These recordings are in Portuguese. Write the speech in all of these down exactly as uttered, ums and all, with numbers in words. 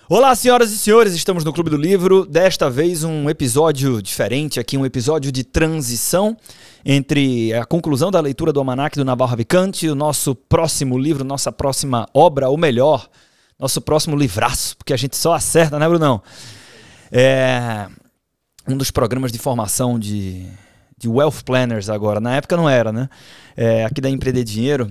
Olá, senhoras e senhores, estamos no Clube do Livro, desta vez um episódio diferente aqui, um episódio de transição entre a conclusão da leitura do Almanaque do Naval Ravikant, o nosso próximo livro, nossa próxima obra, ou melhor, nosso próximo livraço, porque a gente só acerta, né, Brunão? É um dos programas de formação de, de Wealth Planners agora, na época não era, né? É, aqui da Empreender Dinheiro,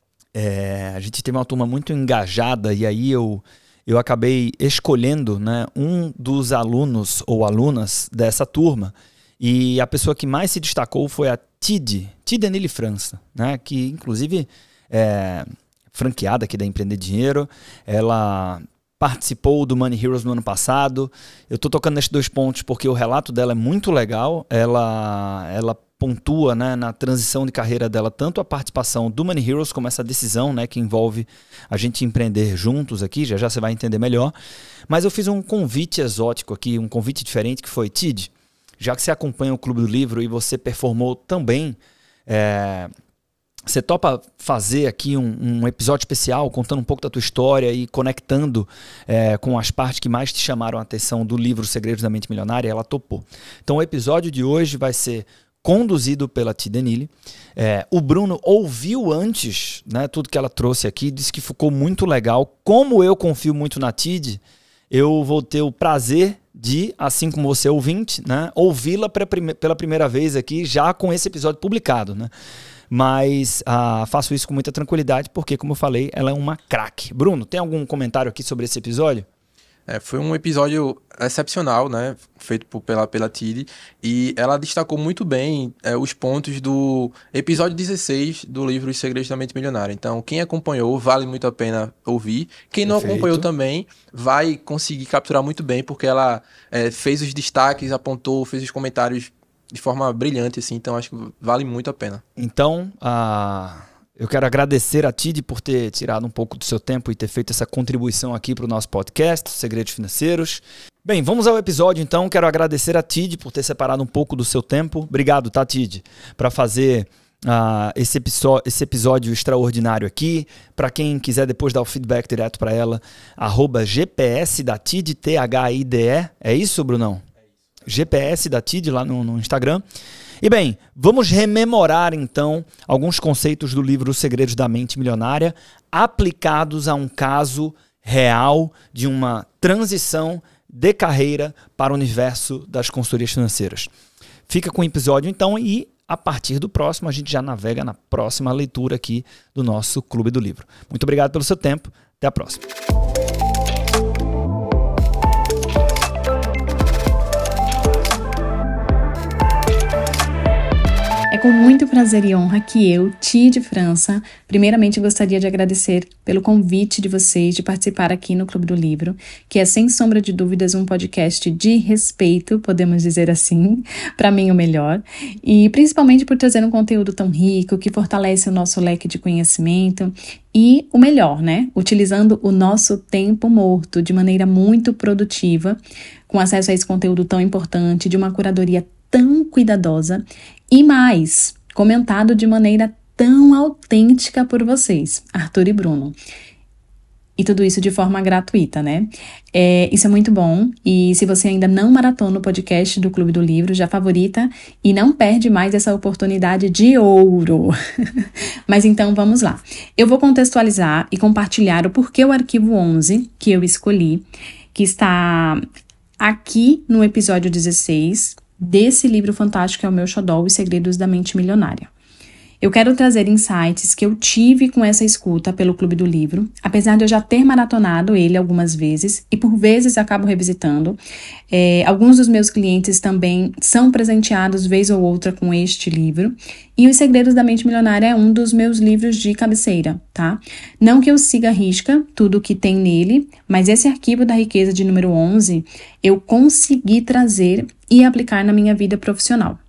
é, a gente teve uma turma muito engajada e aí eu... eu acabei escolhendo, né, um dos alunos ou alunas dessa turma, e a pessoa que mais se destacou foi a Tid, Tidenille França, né, que inclusive é franqueada aqui da Empreender Dinheiro. Ela participou do Money Heroes no ano passado. Eu estou tocando nesses dois pontos porque o relato dela é muito legal. Ela, ela pontua, né, na transição de carreira dela tanto a participação do Money Heroes como essa decisão, né, que envolve a gente empreender juntos aqui, já já você vai entender melhor. Mas eu fiz um convite exótico aqui, um convite diferente que foi: Tid, já que você acompanha o Clube do Livro e você performou também, é, você topa fazer aqui um, um episódio especial contando um pouco da tua história e conectando é, com as partes que mais te chamaram a atenção do livro Segredos da Mente Milionária? Ela topou. Então o episódio de hoje vai ser conduzido pela Tidenille. É, o Bruno ouviu antes, né, tudo que ela trouxe aqui, disse que ficou muito legal. Como eu confio muito na Tid, eu vou ter o prazer de, assim como você ouvinte, né, ouvi-la pela primeira vez aqui, já com esse episódio publicado, né? Mas ah, faço isso com muita tranquilidade, porque, como eu falei, ela é uma craque. Bruno, tem algum comentário aqui sobre esse episódio? É, foi um episódio excepcional, né, feito por, pela, pela Tid, e ela destacou muito bem é, os pontos do episódio dezesseis do livro Os Segredos da Mente Milionária. Então, quem acompanhou, vale muito a pena ouvir. Quem não Perfeito. acompanhou também, vai conseguir capturar muito bem, porque ela é, fez os destaques, apontou, fez os comentários de forma brilhante, assim, então acho que vale muito a pena. Então, a... eu quero agradecer a Tid por ter tirado um pouco do seu tempo e ter feito essa contribuição aqui para o nosso podcast, Segredos Financeiros. Bem, vamos ao episódio então. Quero agradecer a Tid por ter separado um pouco do seu tempo. Obrigado, tá, Tid, para fazer uh, esse, esse episódio extraordinário aqui. Para quem quiser depois dar o feedback direto para ela, arroba G P S da Tid, T H I D E. É isso, Brunão? É isso. G P S da Tid lá no, no Instagram. E bem, vamos rememorar então alguns conceitos do livro Os Segredos da Mente Milionária aplicados a um caso real de uma transição de carreira para o universo das consultorias financeiras. Fica com o episódio então e a partir do próximo a gente já navega na próxima leitura aqui do nosso Clube do Livro. Muito obrigado pelo seu tempo, até a próxima. É com muito prazer e honra que eu, Tid França, primeiramente gostaria de agradecer pelo convite de vocês de participar aqui no Clube do Livro, que é sem sombra de dúvidas um podcast de respeito, podemos dizer assim, para mim o melhor, e principalmente por trazer um conteúdo tão rico, que fortalece o nosso leque de conhecimento e o melhor, né? Utilizando o nosso tempo morto de maneira muito produtiva, com acesso a esse conteúdo tão importante, de uma curadoria tão cuidadosa e mais, comentado de maneira tão autêntica por vocês, Arthur e Bruno. E tudo isso de forma gratuita, né? É, isso é muito bom. E se você ainda não maratona o podcast do Clube do Livro, já favorita e não perde mais essa oportunidade de ouro. Mas então vamos lá. Eu vou contextualizar e compartilhar o porquê o arquivo onze, que eu escolhi, que está aqui no episódio dezesseis, desse livro fantástico que é o meu xodó, Os Segredos da Mente Milionária. Eu quero trazer insights que eu tive com essa escuta pelo Clube do Livro, apesar de eu já ter maratonado ele algumas vezes e por vezes acabo revisitando. É, alguns dos meus clientes também são presenteados vez ou outra com este livro. E Os Segredos da Mente Milionária é um dos meus livros de cabeceira, tá? Não que eu siga à risca tudo que tem nele, mas esse arquivo da riqueza de número onze eu consegui trazer e aplicar na minha vida profissional.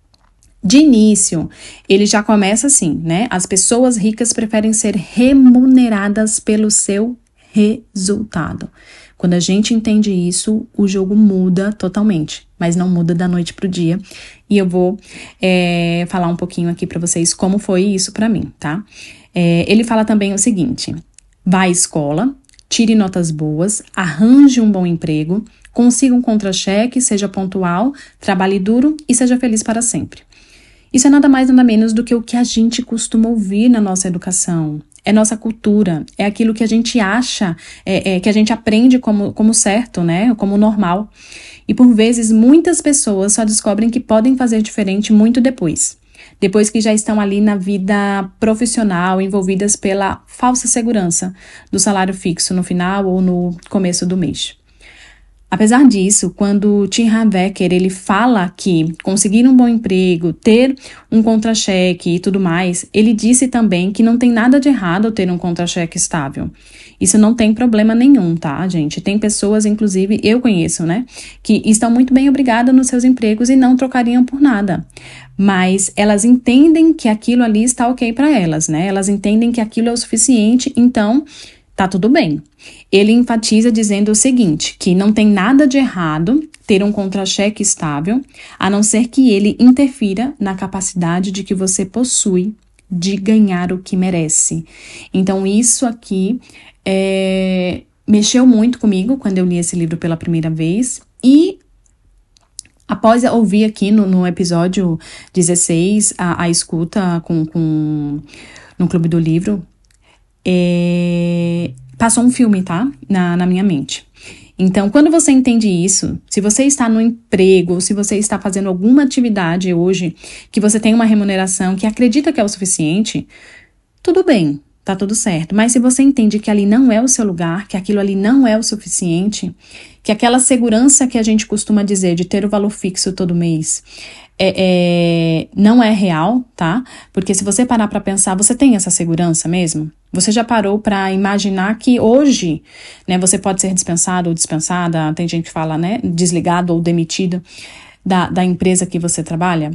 De início, ele já começa assim, né? As pessoas ricas preferem ser remuneradas pelo seu resultado. Quando a gente entende isso, o jogo muda totalmente, mas não muda da noite pro dia. E eu vou é, falar um pouquinho aqui para vocês como foi isso para mim, tá? É, ele fala também o seguinte: vá à escola, tire notas boas, arranje um bom emprego, consiga um contra-cheque, seja pontual, trabalhe duro e seja feliz para sempre. Isso é nada mais nada menos do que o que a gente costuma ouvir na nossa educação. É nossa cultura, é aquilo que a gente acha, é, é, que a gente aprende como, como certo, né? Como normal. E por vezes muitas pessoas só descobrem que podem fazer diferente muito depois. Depois que já estão ali na vida profissional, envolvidas pela falsa segurança do salário fixo no final ou no começo do mês. Apesar disso, quando Tim Harbecker ele fala que conseguir um bom emprego, ter um contra-cheque e tudo mais, ele disse também que não tem nada de errado ao ter um contra-cheque estável. Isso não tem problema nenhum, tá, gente? Tem pessoas, inclusive, eu conheço, né, que estão muito bem obrigadas nos seus empregos e não trocariam por nada. Mas elas entendem que aquilo ali está ok para elas, né? Elas entendem que aquilo é o suficiente, então tá tudo bem. Ele enfatiza dizendo o seguinte, que não tem nada de errado ter um contra-cheque estável, a não ser que ele interfira na capacidade de que você possui de ganhar o que merece. Então isso aqui é, mexeu muito comigo quando eu li esse livro pela primeira vez e após ouvir aqui no, no episódio dezesseis a, a escuta com, com, no Clube do Livro, É, passou um filme, tá? Na, na minha mente. Então, quando você entende isso, se você está no emprego, ou se você está fazendo alguma atividade hoje, que você tem uma remuneração que acredita que é o suficiente, tudo bem, tá tudo certo. Mas se você entende que ali não é o seu lugar, que aquilo ali não é o suficiente, que aquela segurança que a gente costuma dizer de ter o valor fixo todo mês, É, é, não é real, tá? Porque se você parar para pensar, você tem essa segurança mesmo? Você já parou para imaginar que hoje, né, você pode ser dispensado ou dispensada, tem gente que fala, né, desligado ou demitido da, da empresa que você trabalha?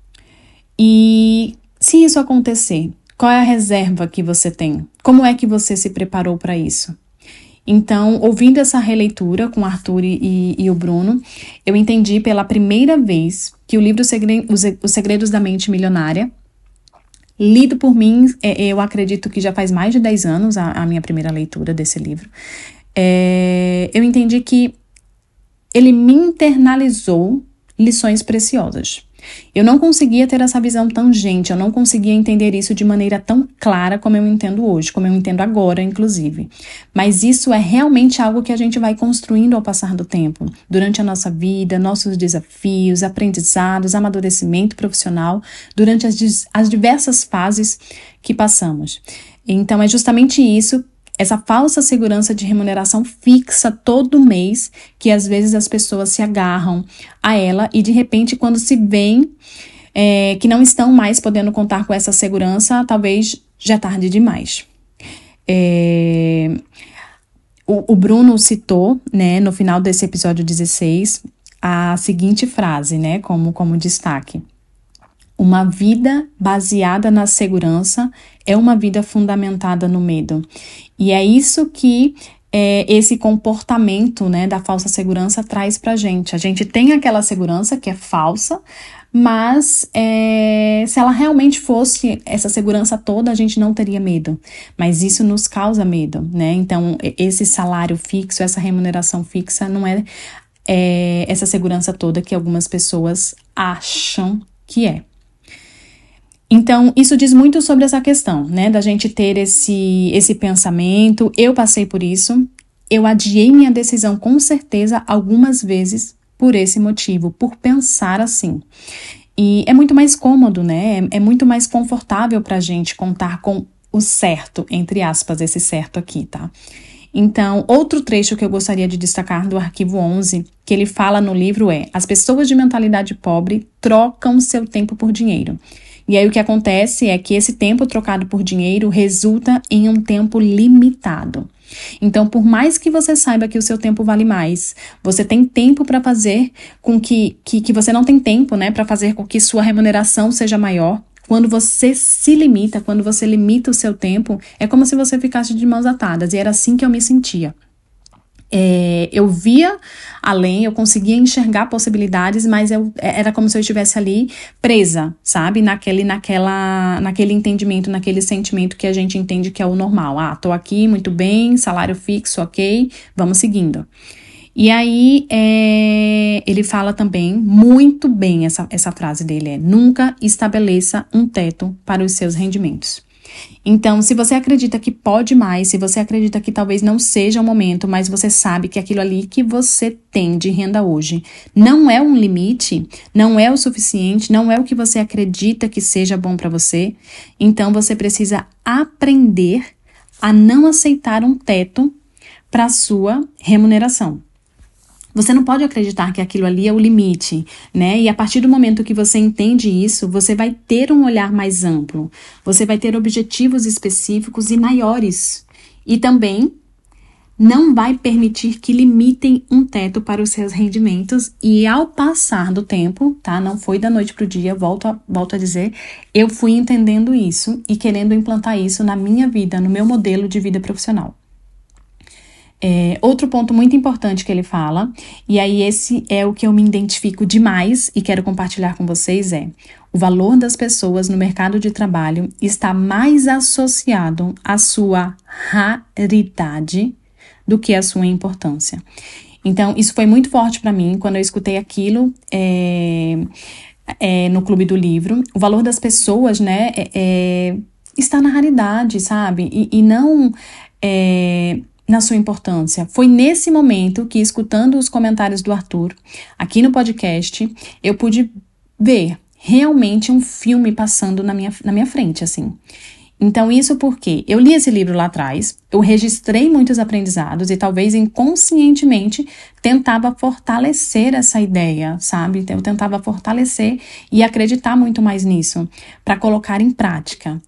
E se isso acontecer, qual é a reserva que você tem? Como é que você se preparou para isso? Então, ouvindo essa releitura com o Arthur e, e o Bruno, eu entendi pela primeira vez que o livro Os Segredos da Mente Milionária, lido por mim, eu acredito que já faz mais de dez anos a, a minha primeira leitura desse livro, é, eu entendi que ele me internalizou lições preciosas. Eu não conseguia ter essa visão tangente, eu não conseguia entender isso de maneira tão clara como eu entendo hoje, como eu entendo agora, inclusive. Mas isso é realmente algo que a gente vai construindo ao passar do tempo, durante a nossa vida, nossos desafios, aprendizados, amadurecimento profissional, durante as, as diversas fases que passamos. Então, é justamente isso, essa falsa segurança de remuneração fixa todo mês, que às vezes as pessoas se agarram a ela e de repente quando se veem é, que não estão mais podendo contar com essa segurança, talvez já é tarde demais. É, o, o Bruno citou, né, no final desse episódio dezesseis, a seguinte frase, né, como, como destaque. Uma vida baseada na segurança é uma vida fundamentada no medo. E é isso que é, esse comportamento, né, da falsa segurança traz pra gente. A gente tem aquela segurança que é falsa, mas é, se ela realmente fosse essa segurança toda, a gente não teria medo. Mas isso nos causa medo, né? Então, esse salário fixo, essa remuneração fixa não é, é essa segurança toda que algumas pessoas acham que é. Então, isso diz muito sobre essa questão, né, da gente ter esse, esse pensamento. Eu passei por isso, eu adiei minha decisão com certeza algumas vezes por esse motivo, por pensar assim. E é muito mais cômodo, né, é, é muito mais confortável pra gente contar com o certo, entre aspas, esse certo aqui, tá? Então, outro trecho que eu gostaria de destacar do arquivo onze, que ele fala no livro é: as pessoas de mentalidade pobre trocam seu tempo por dinheiro. E aí o que acontece é que esse tempo trocado por dinheiro resulta em um tempo limitado. Então, por mais que você saiba que o seu tempo vale mais, você tem tempo para fazer com que, que, que você não tem tempo, né, para fazer com que sua remuneração seja maior. Quando você se limita, quando você limita o seu tempo, é como se você ficasse de mãos atadas. E era assim que eu me sentia. É, eu via além, eu conseguia enxergar possibilidades, mas eu, era como se eu estivesse ali presa, sabe? Naquele, naquela, naquele entendimento, naquele sentimento que a gente entende que é o normal. Ah, tô aqui, muito bem, salário fixo, ok, vamos seguindo. E aí, é, ele fala também, muito bem, essa, essa frase dele é: nunca estabeleça um teto para os seus rendimentos. Então, se você acredita que pode mais, se você acredita que talvez não seja o momento, mas você sabe que aquilo ali que você tem de renda hoje não é um limite, não é o suficiente, não é o que você acredita que seja bom para você, então você precisa aprender a não aceitar um teto para a sua remuneração. Você não pode acreditar que aquilo ali é o limite, né? E a partir do momento que você entende isso, você vai ter um olhar mais amplo. Você vai ter objetivos específicos e maiores. E também não vai permitir que limitem um teto para os seus rendimentos. E ao passar do tempo, tá? Não foi da noite para o dia, volto a, volto a dizer, eu fui entendendo isso e querendo implantar isso na minha vida, no meu modelo de vida profissional. É, outro ponto muito importante que ele fala, e aí esse é o que eu me identifico demais e quero compartilhar com vocês, é: o valor das pessoas no mercado de trabalho está mais associado à sua raridade do que à sua importância. Então, isso foi muito forte para mim quando eu escutei aquilo é, é, no Clube do Livro. O valor das pessoas, né, é, é, está na raridade, sabe? E, e não... É, na sua importância. Foi nesse momento que, escutando os comentários do Arthur, aqui no podcast, eu pude ver realmente um filme passando na minha, na minha frente, assim. Então, isso porque eu li esse livro lá atrás, eu registrei muitos aprendizados e talvez inconscientemente tentava fortalecer essa ideia, sabe? Eu tentava fortalecer e acreditar muito mais nisso, para colocar em prática.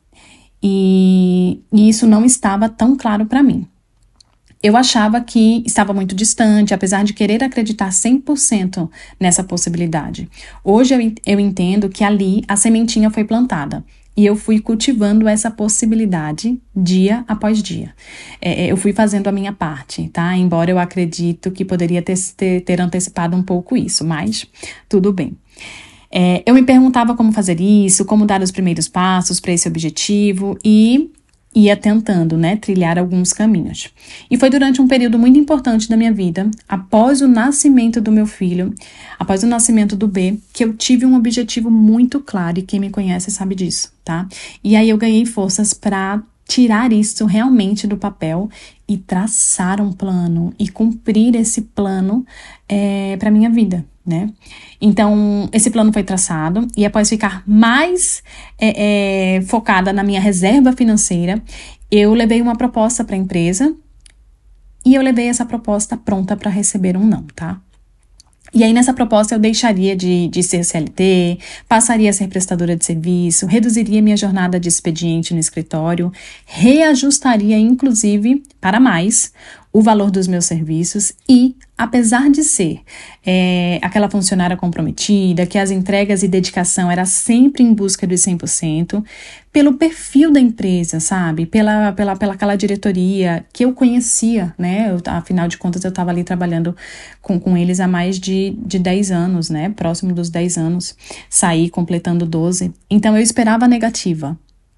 E, e isso não estava tão claro para mim. Eu achava que estava muito distante, apesar de querer acreditar cem por cento nessa possibilidade. Hoje eu, eu entendo que ali a sementinha foi plantada e eu fui cultivando essa possibilidade dia após dia. É, eu fui fazendo a minha parte, tá? Embora eu acredito que poderia ter, ter, ter antecipado um pouco isso, mas tudo bem. É, eu me perguntava como fazer isso, como dar os primeiros passos para esse objetivo e... ia tentando, né, trilhar alguns caminhos. E foi durante um período muito importante da minha vida, após o nascimento do meu filho, após o nascimento do B, que eu tive um objetivo muito claro, e quem me conhece sabe disso, tá? E aí eu ganhei forças para tirar isso realmente do papel e traçar um plano e cumprir esse plano é, para minha vida, né? Então, esse plano foi traçado e após ficar mais é, é, focada na minha reserva financeira, eu levei uma proposta para a empresa e eu levei essa proposta pronta para receber um não, tá? E aí, nessa proposta, eu deixaria de, de ser C L T, passaria a ser prestadora de serviço, reduziria minha jornada de expediente no escritório, reajustaria, inclusive, para mais, o valor dos meus serviços e, apesar de ser é, aquela funcionária comprometida, que as entregas e dedicação era sempre em busca dos cem por cento, pelo perfil da empresa, sabe? Pela, pela, pela aquela diretoria que eu conhecia, né? Eu, afinal de contas, eu estava ali trabalhando com, com eles há mais de, de dez anos, né? Próximo dos dez anos. Saí completando doze. Então, eu esperava a negativa.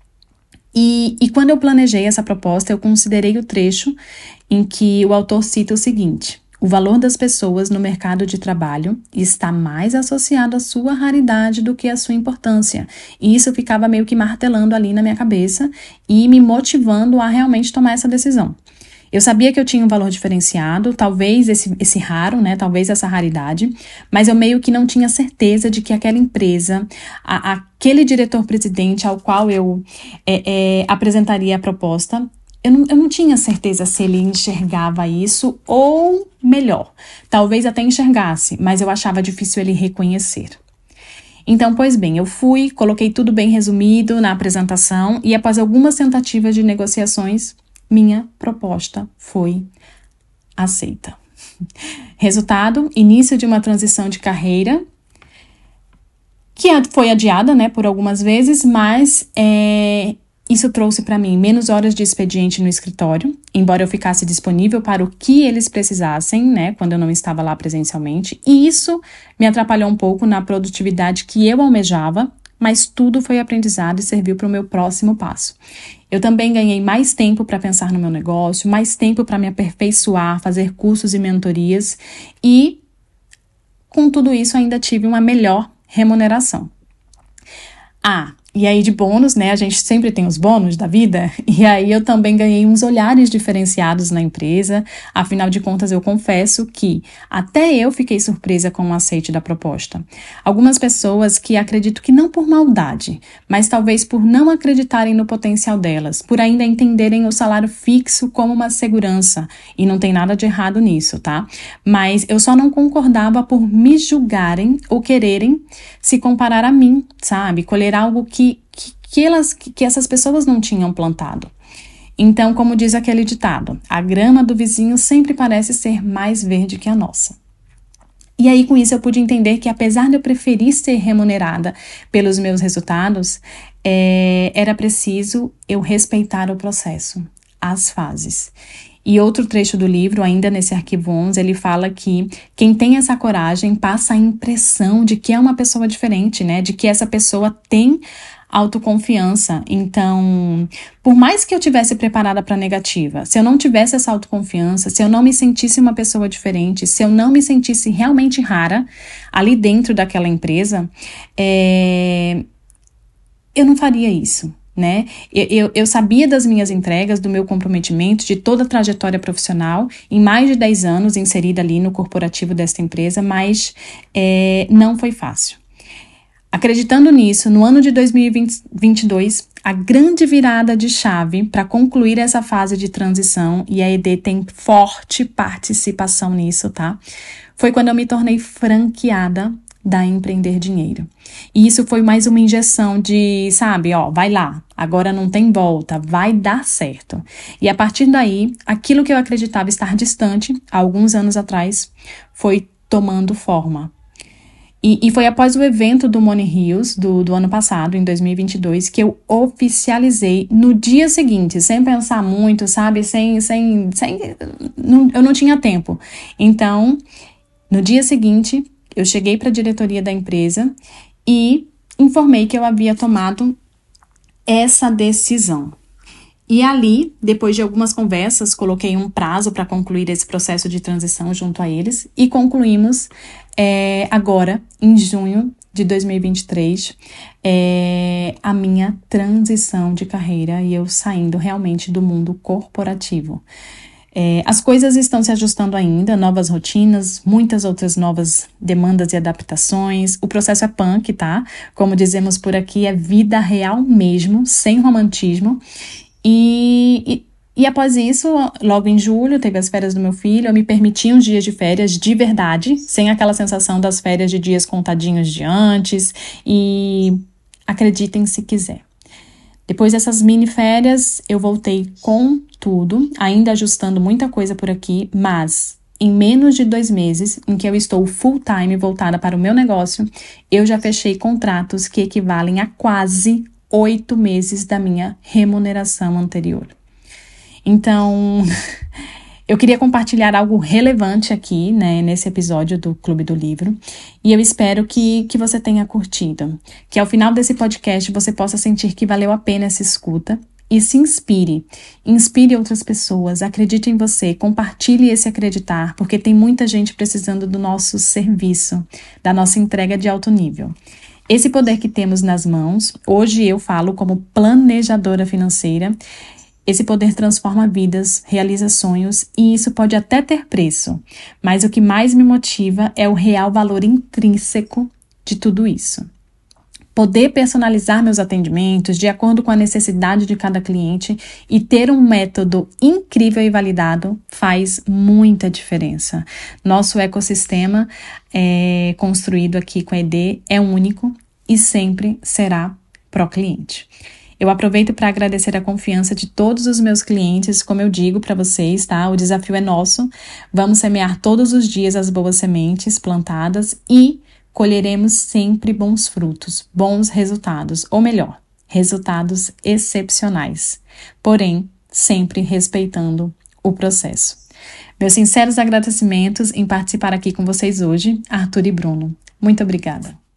E, e quando eu planejei essa proposta, eu considerei o trecho em que o autor cita o seguinte: o valor das pessoas no mercado de trabalho está mais associado à sua raridade do que à sua importância. E isso ficava meio que martelando ali na minha cabeça e me motivando a realmente tomar essa decisão. Eu sabia que eu tinha um valor diferenciado, talvez esse, esse raro, né, talvez essa raridade, mas eu meio que não tinha certeza de que aquela empresa, a, aquele diretor-presidente ao qual eu é, é, apresentaria a proposta, eu não, eu não tinha certeza se ele enxergava isso ou, melhor, talvez até enxergasse, mas eu achava difícil ele reconhecer. Então, pois bem, eu fui, coloquei tudo bem resumido na apresentação e após algumas tentativas de negociações, minha proposta foi aceita. Resultado, início de uma transição de carreira, que foi adiada, né, por algumas vezes, mas é, Isso trouxe para mim menos horas de expediente no escritório, embora eu ficasse disponível para o que eles precisassem, né, quando eu não estava lá presencialmente. E isso me atrapalhou um pouco na produtividade que eu almejava, mas tudo foi aprendizado e serviu para o meu próximo passo. Eu também ganhei mais tempo para pensar no meu negócio, mais tempo para me aperfeiçoar, fazer cursos e mentorias e, com tudo isso, ainda tive uma melhor remuneração. Ah, e aí de bônus, né, a gente sempre tem os bônus da vida, e aí eu também ganhei uns olhares diferenciados na empresa. Afinal de contas, eu confesso que até eu fiquei surpresa com o aceite da proposta. Algumas pessoas que acredito que não por maldade, mas talvez por não acreditarem no potencial delas, por ainda entenderem o salário fixo como uma segurança, e não tem nada de errado nisso, tá? Mas eu só não concordava por me julgarem ou quererem se comparar a mim, sabe? Colher algo que Que, que, elas, que essas pessoas não tinham plantado. Então, como diz aquele ditado, a grama do vizinho sempre parece ser mais verde que a nossa. E aí, com isso, eu pude entender que, apesar de eu preferir ser remunerada pelos meus resultados, é, era preciso eu respeitar o processo, as fases. E outro trecho do livro, ainda nesse arquivo onze, ele fala que quem tem essa coragem passa a impressão de que é uma pessoa diferente, né? De que essa pessoa tem autoconfiança. Então, por mais que eu tivesse preparada para a negativa, se eu não tivesse essa autoconfiança, se eu não me sentisse uma pessoa diferente, se eu não me sentisse realmente rara ali dentro daquela empresa, é... eu não faria isso. Né? Eu, eu, eu sabia das minhas entregas, do meu comprometimento, de toda a trajetória profissional, em mais de dez anos inserida ali no corporativo desta empresa, mas é, não foi fácil. Acreditando nisso, no ano de dois mil e vinte e dois, a grande virada de chave para concluir essa fase de transição, e a E D tem forte participação nisso, tá? Foi quando eu me tornei franqueada da Empreender Dinheiro. E isso foi mais uma injeção de, sabe, ó, vai lá, agora não tem volta, vai dar certo. E a partir daí, aquilo que eu acreditava estar distante, há alguns anos atrás, foi tomando forma. E, e foi após o evento do Money Hills do, do ano passado, em dois mil e vinte e dois, que eu oficializei no dia seguinte, sem pensar muito, sabe, sem, sem, sem não, eu não tinha tempo. Então, no dia seguinte, eu cheguei para a diretoria da empresa e informei que eu havia tomado essa decisão. E ali, depois de algumas conversas, coloquei um prazo para concluir esse processo de transição junto a eles e concluímos é, agora, em junho de dois mil e vinte e três, é, a minha transição de carreira e eu saindo realmente do mundo corporativo. É, as coisas estão se ajustando ainda, novas rotinas, muitas outras novas demandas e adaptações. O processo é punk, tá? Como dizemos por aqui, é vida real mesmo, sem romantismo. E, e, e após isso, logo em julho, teve as férias do meu filho, eu me permiti uns dias de férias de verdade, sem aquela sensação das férias de dias contadinhos de antes. E acreditem se quiser. Depois dessas mini férias, eu voltei com tudo, ainda ajustando muita coisa por aqui, mas em menos de dois meses, em que eu estou full time voltada para o meu negócio, eu já fechei contratos que equivalem a quase oito meses da minha remuneração anterior. Então, eu queria compartilhar algo relevante aqui, né, nesse episódio do Clube do Livro, e eu espero que, que você tenha curtido, que ao final desse podcast você possa sentir que valeu a pena essa escuta e se inspire, inspire outras pessoas, acredite em você, compartilhe esse acreditar, porque tem muita gente precisando do nosso serviço, da nossa entrega de alto nível. Esse poder que temos nas mãos, hoje eu falo como planejadora financeira, esse poder transforma vidas, realiza sonhos e isso pode até ter preço, mas o que mais me motiva é o real valor intrínseco de tudo isso. Poder personalizar meus atendimentos de acordo com a necessidade de cada cliente e ter um método incrível e validado faz muita diferença. Nosso ecossistema é, construído aqui com a E D é único e sempre será pró-cliente. Eu aproveito para agradecer a confiança de todos os meus clientes, como eu digo para vocês, tá? O desafio é nosso. Vamos semear todos os dias as boas sementes plantadas e colheremos sempre bons frutos, bons resultados, ou melhor, resultados excepcionais, porém sempre respeitando o processo. Meus sinceros agradecimentos em participar aqui com vocês hoje, Arthur e Bruno. Muito obrigada.